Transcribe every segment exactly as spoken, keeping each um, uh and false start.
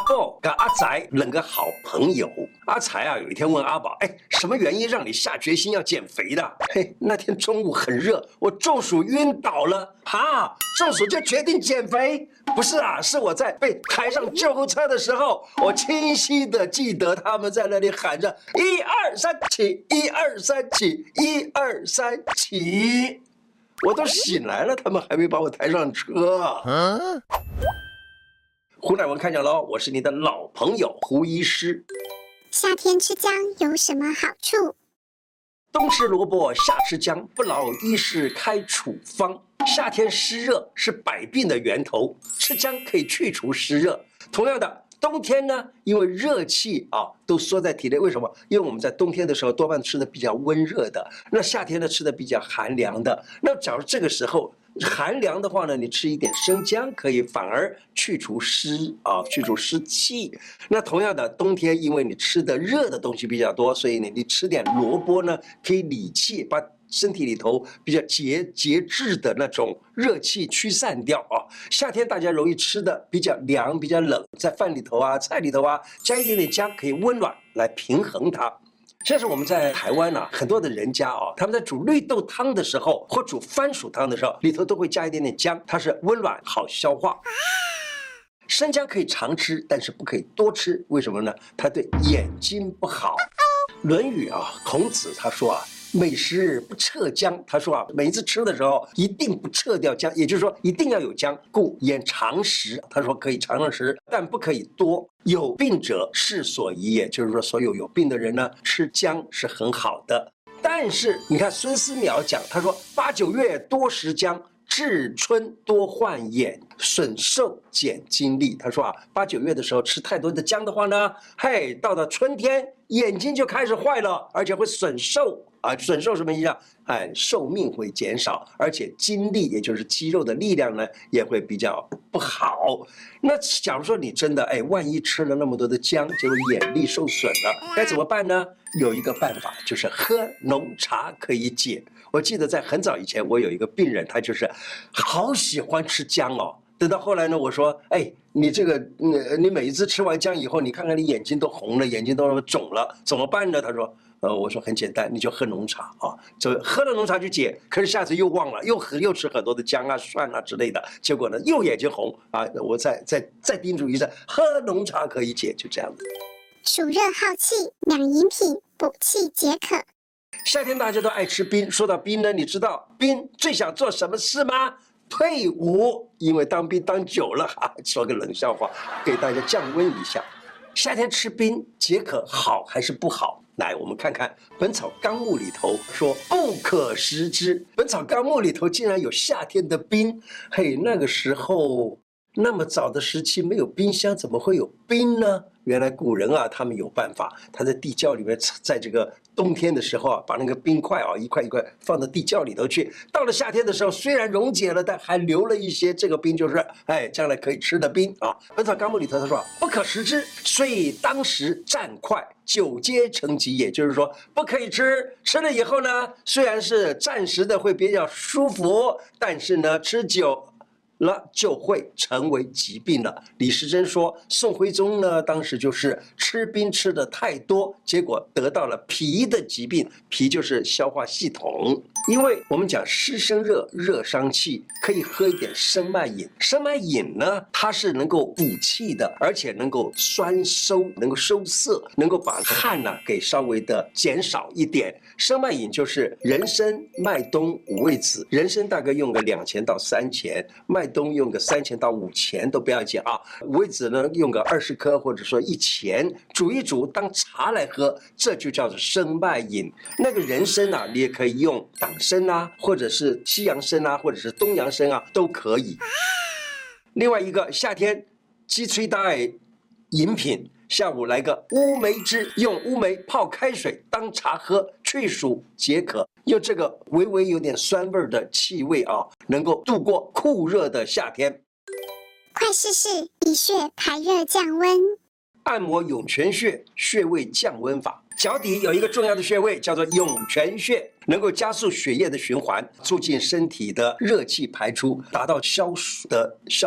宝跟阿财两个好朋友。阿财啊，有一天问阿宝：“哎，什么原因让你下决心要减肥的？”嘿，那天中午很热，我中暑晕倒了。哈，中暑就决定减肥？不是啊，是我在被抬上救护车的时候，我清晰的记得他们在那里喊着“一二三起，一二三起，一二三起”，我都醒来了，他们还没把我抬上车。嗯。胡乃文看讲喽，我是你的老朋友胡医师。 夏天吃姜有什么好处？ 冬吃萝卜，夏吃姜，不劳医师开处方。夏天湿热是百病的源头，吃姜可以去除湿热。同样的，冬天呢，因为热气啊都缩在体内，为什么？因为我们在冬天的时候多半吃的比较温热的，那夏天呢吃的比较寒凉的。那假如这个时候寒凉的话呢，你吃一点生姜可以反而去除湿啊，去除湿气。那同样的，冬天因为你吃的热的东西比较多，所以呢，你吃点萝卜呢，可以理气，把身体里头比较节节制的那种热气驱散掉啊。夏天大家容易吃的比较凉、比较冷，在饭里头啊、菜里头啊，加一点点姜，可以温暖来平衡它。像是我们在台湾啊，很多的人家啊，他们在煮绿豆汤的时候，或煮番薯汤的时候，里头都会加一点点姜，它是温暖好消化。生姜可以常吃，但是不可以多吃，为什么呢？它对眼睛不好。《论语》啊，孔子他说啊，美食不撤姜。他说啊，每一次吃的时候一定不撤掉姜，也就是说一定要有姜，故言常食。他说可以常常吃，但不可以多。有病者是所宜也，就是说所有有病的人呢，吃姜是很好的。但是你看孙思邈讲，他说八九月多食姜，至春多患眼，损寿减精力。他说啊，八九月的时候吃太多的姜的话呢，嘿，到了春天眼睛就开始坏了，而且会损寿啊。损寿什么意思啊？哎，寿命会减少，而且精力，也就是肌肉的力量呢，也会比较不好。那假如说你真的哎，万一吃了那么多的姜，结果眼力受损了，该怎么办呢？有一个办法，就是喝浓茶可以解。我记得在很早以前，我有一个病人，他就是好喜欢吃姜哦。等到后来呢，我说，哎，你这个，嗯，你每一次吃完姜以后，你看看你眼睛都红了，眼睛都肿了，怎么办呢？他说，呃，我说很简单，你就喝浓茶啊，就喝了浓茶就解。可是下次又忘了，又喝又吃很多的姜啊、蒜啊之类的，结果呢又眼睛红啊。我再再再叮嘱一声，喝浓茶可以解，就这样子。 暑热好气，养饮品补气解渴。 夏天大家都爱吃冰，说到冰呢，你知道冰最想做什么事吗？退伍，因为当兵当久了，哈，说个冷笑话给大家降温一下。夏天吃冰解渴好还是不好？来，我们看看《本草纲目》里头说不可食之。《本草纲目》里头竟然有夏天的冰，嘿，那个时候那么早的时期没有冰箱，怎么会有冰呢？原来古人啊，他们有办法，他在地窖里面，在这个冬天的时候啊，把那个冰块啊一块一块放到地窖里头去。到了夏天的时候，虽然溶解了，但还留了一些这个冰，就是哎，将来可以吃的冰啊。《本草纲目》里头他说不可食之，所以当时暂快，久皆成疾，也就是说不可以吃。吃了以后呢，虽然是暂时的会比较舒服，但是呢，吃久了就会成为疾病了。李时珍说，宋徽宗呢当时就是吃冰吃的太多，结果得到了脾的疾病，脾就是消化系统。因为我们讲湿生热，热伤气，可以喝一点生脉饮。生脉饮呢，它是能够补气的，而且能够酸收，能够收涩，能够把汗呢、啊、给稍微的减少一点。生脉饮就是人参、麦冬、五味子，人参大概用个两钱到三钱，麦冬用个三钱到五钱都不要紧啊。五味子呢用个二十颗或者说一钱，煮一煮当茶来喝，这就叫做生脉饮。那个人参啊，你也可以用党参啊，或者是西洋参啊，或者是东洋参啊，都可以。另外一个夏天鸡吹带饮品，下午来个乌梅汁，用乌梅泡开水当茶喝，去暑解渴。用这个微微有点酸味的气味啊，能够度过酷热的夏天。 快试试以穴排热降温。 按摩涌泉穴，穴位降温法。脚底有一个重要的穴位叫做涌泉穴，能够加速血液的循环，促进身体的热气排出，达到消暑的效果。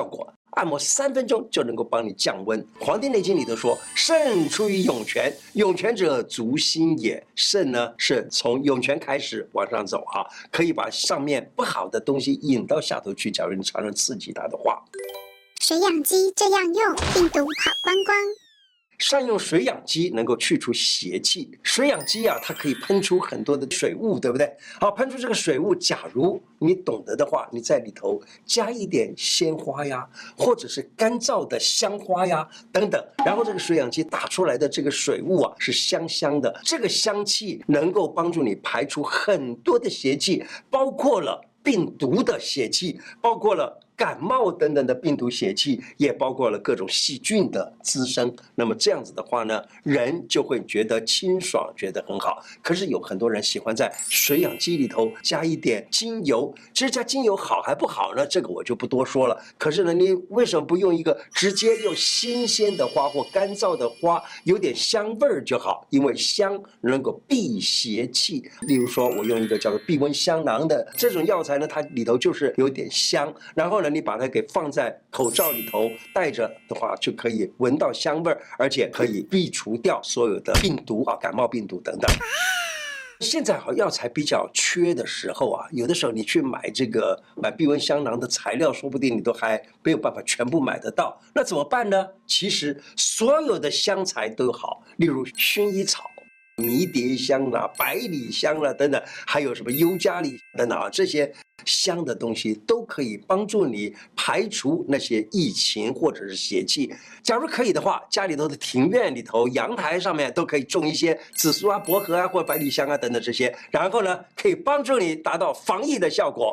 按摩三分钟就能够帮你降温。《黄帝内经》里头说：“肾出于涌泉，涌泉者足心也。”肾呢是从涌泉开始往上走啊，可以把上面不好的东西引到下头去。假如你常常刺激它的话， 水养肌这样用，病毒跑光光。 善用水养肌能够去除邪气。水养肌啊，它可以喷出很多的水雾，对不对？好，喷出这个水雾，假如你懂得的话，你在里头加一点鲜花呀，或者是干燥的香花呀等等，然后这个水养肌打出来的这个水雾啊是香香的，这个香气能够帮助你排除很多的邪气，包括了病毒的邪气，包括了感冒等等的病毒邪气，也包括了各种细菌的滋生。那么这样子的话呢，人就会觉得清爽，觉得很好。可是有很多人喜欢在水养肌里头加一点精油，其实加精油好还不好呢？这个我就不多说了。可是呢，你为什么不用一个直接用新鲜的花或干燥的花，有点香味儿就好？因为香能够避邪气。例如说，我用一个叫做避温香囊的这种药材呢，它里头就是有点香，然后呢，你把它给放在口罩里头戴着的话，就可以闻到香味，而且可以避除掉所有的病毒啊，感冒病毒等等。现在好药材比较缺的时候啊，有的时候你去买这个买避温香囊的材料，说不定你都还没有办法全部买得到。那怎么办呢？其实所有的香材都好，例如薰衣草、迷迭香啦、百里香啦等等，还有什么尤加利等等啊，这些香的东西都可以帮助你排除那些疫情或者是邪气。假如可以的话，家里头的庭院里头、阳台上面都可以种一些紫苏啊、薄荷啊或百里香啊等等这些，然后呢，可以帮助你达到防疫的效果。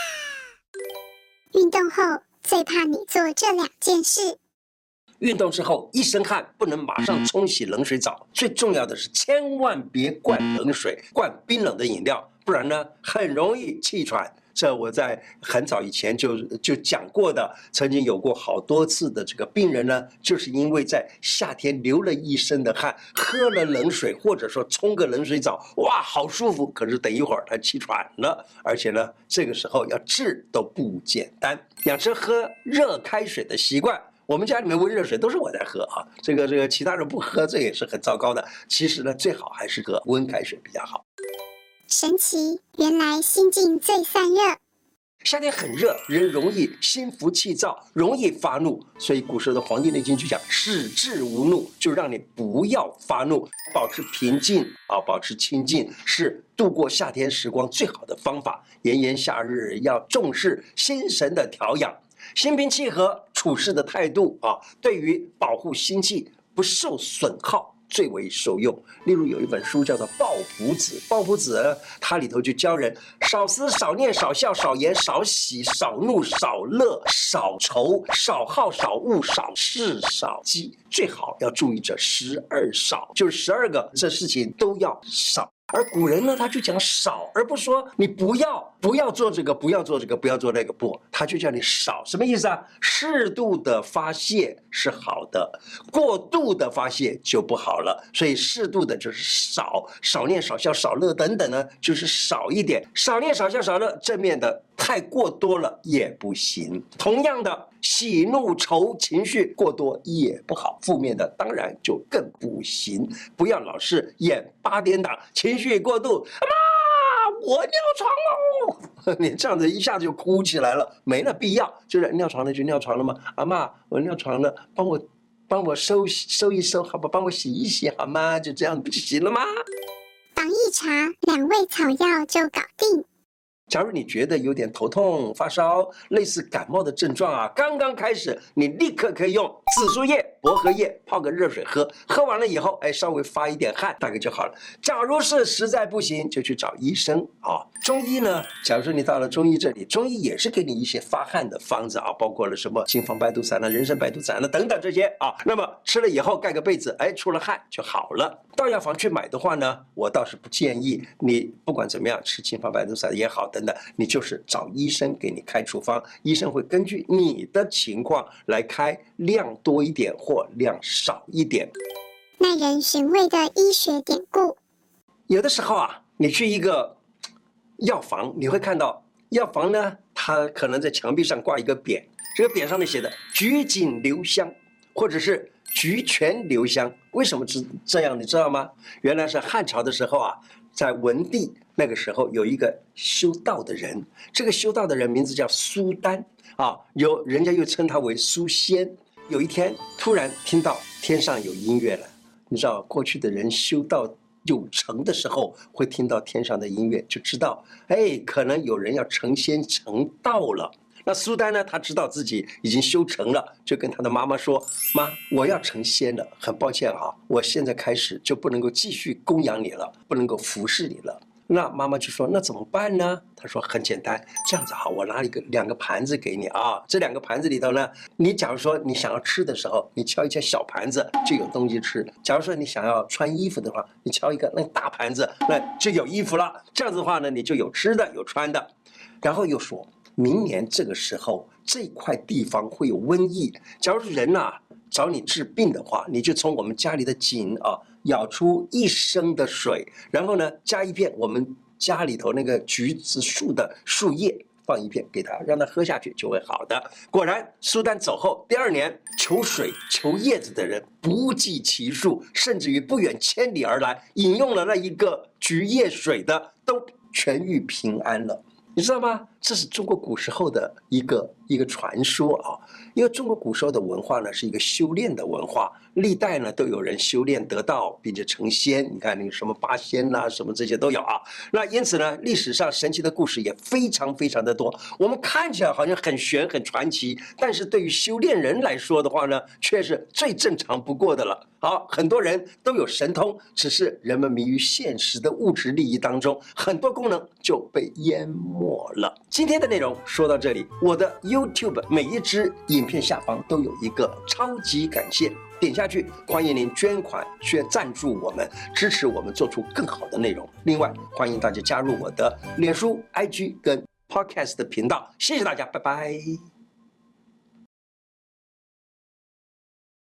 运动后最怕你做这两件事。 运动之后一身汗，不能马上冲洗冷水澡。最重要的是，千万别灌冷水，灌冰冷的饮料，不然呢，很容易气喘。这我在很早以前就就讲过的，曾经有过好多次的这个病人呢，就是因为在夏天流了一身的汗，喝了冷水，或者说冲个冷水澡，哇，好舒服。可是等一会儿他气喘了，而且呢，这个时候要治都不简单。养成喝热开水的习惯。我们家里面温热水都是我在喝啊，这个这个其他人不喝，这也是很糟糕的。其实呢，最好还是喝温开水比较好。 神奇，原来心静最散热。 夏天很热，人容易心浮气躁，容易发怒，所以古时候的《黄帝内经》就讲使志无怒，就让你不要发怒，保持平静啊，保持清静，是度过夏天时光最好的方法。炎炎夏日要重视心神的调养，心平气和处事的态度啊，对于保护心气不受损耗最为受用。例如有一本书叫做《抱朴子》，抱朴子它里头就教人少思少念少笑少言少喜少怒少乐少愁少好少恶少事少积，最好要注意这十二少，就是十二个这事情都要少。而古人呢，他就讲少，而不说你不要不要做这个，不要做这个，不要做那个，不，他就叫你少。什么意思啊？适度的发泄是好的，过度的发泄就不好了。所以适度的就是少，少念少笑少乐等等呢，就是少一点。少念少笑少乐，正面的太过多了也不行。同样的，喜怒愁情绪过多也不好，负面的当然就更不行。不要老是演八点档，情绪过度，妈，我尿床喽！你这样子一下子就哭起来了，没了必要。就是尿床了就尿床了吗？阿嬷，我尿床了，帮我帮我收收一收，好吧？帮我洗一洗好吗？就这样不就行了吗？ 防疫茶，两味草药就搞定。 假如你觉得有点头痛、发烧，类似感冒的症状啊，刚刚开始，你立刻可以用紫苏叶、薄荷叶泡个热水喝，喝完了以后，哎，稍微发一点汗，大概就好了。假如是实在不行，就去找医生啊。中医呢，假如说你到了中医这里，中医也是给你一些发汗的方子啊，包括了什么金方白术散啦、人参白术散啦等等这些啊。那么吃了以后盖个被子，哎，出了汗就好了。到药房去买的话呢，我倒是不建议你不管怎么样吃金方白术散也好等等，你就是找医生给你开处方，医生会根据你的情况来开量多一点或量少一点。 耐人寻味的医学典故。 有的时候啊，你去一个药房，你会看到药房呢，它可能在墙壁上挂一个匾， 这个匾上面写的举井留香，或者是举泉留香，为什么是这样？你知道吗？原来是汉朝的时候啊，在文帝那个时候有一个修道的人，这个修道的人名字叫苏丹啊，有人家又称他为苏仙。有一天突然听到天上有音乐了，你知道过去的人修道有成的时候会听到天上的音乐，就知道哎，可能有人要成仙成道了。那苏丹呢，他知道自己已经修成了，就跟他的妈妈说：“妈，我要成仙了，很抱歉啊，我现在开始就不能够继续供养你了，不能够服侍你了。”那妈妈就说：“那怎么办呢？”他说：“很简单，这样子哈，我拿一个两个盘子给你啊，这两个盘子里头呢，你假如说你想要吃的时候，你敲一敲小盘子就有东西吃；假如说你想要穿衣服的话，你敲一个那大盘子，那就有衣服了。这样子的话呢，你就有吃的有穿的。”然后又说，明年这个时候这块地方会有瘟疫，假如人啊找你治病的话，你就从我们家里的井啊舀出一升的水，然后呢加一片我们家里头那个橘子树的树叶，放一片给他，让他喝下去就会好的。果然苏丹走后第二年，求水求叶子的人不计其数，甚至于不远千里而来，饮用了那一个橘叶水的都痊愈平安了。你知道吗？这是中国古时候的一个一个传说啊。因为中国古时候的文化呢，是一个修炼的文化，历代呢都有人修炼得道，并且成仙。你看那个什么八仙啦、啊，什么这些都有啊。那因此呢，历史上神奇的故事也非常非常的多。我们看起来好像很玄很传奇，但是对于修炼人来说的话呢，却是最正常不过的了。好，很多人都有神通，只是人们迷于现实的物质利益当中，很多功能就被淹没了。今天的内容说到这里，我的 YouTube 每一支影片下方都有一个超级感谢，点下去，欢迎您捐款捐赞助我们，支持我们做出更好的内容。另外，欢迎大家加入我的脸书、I G 跟 Podcast 的频道，谢谢大家，拜拜。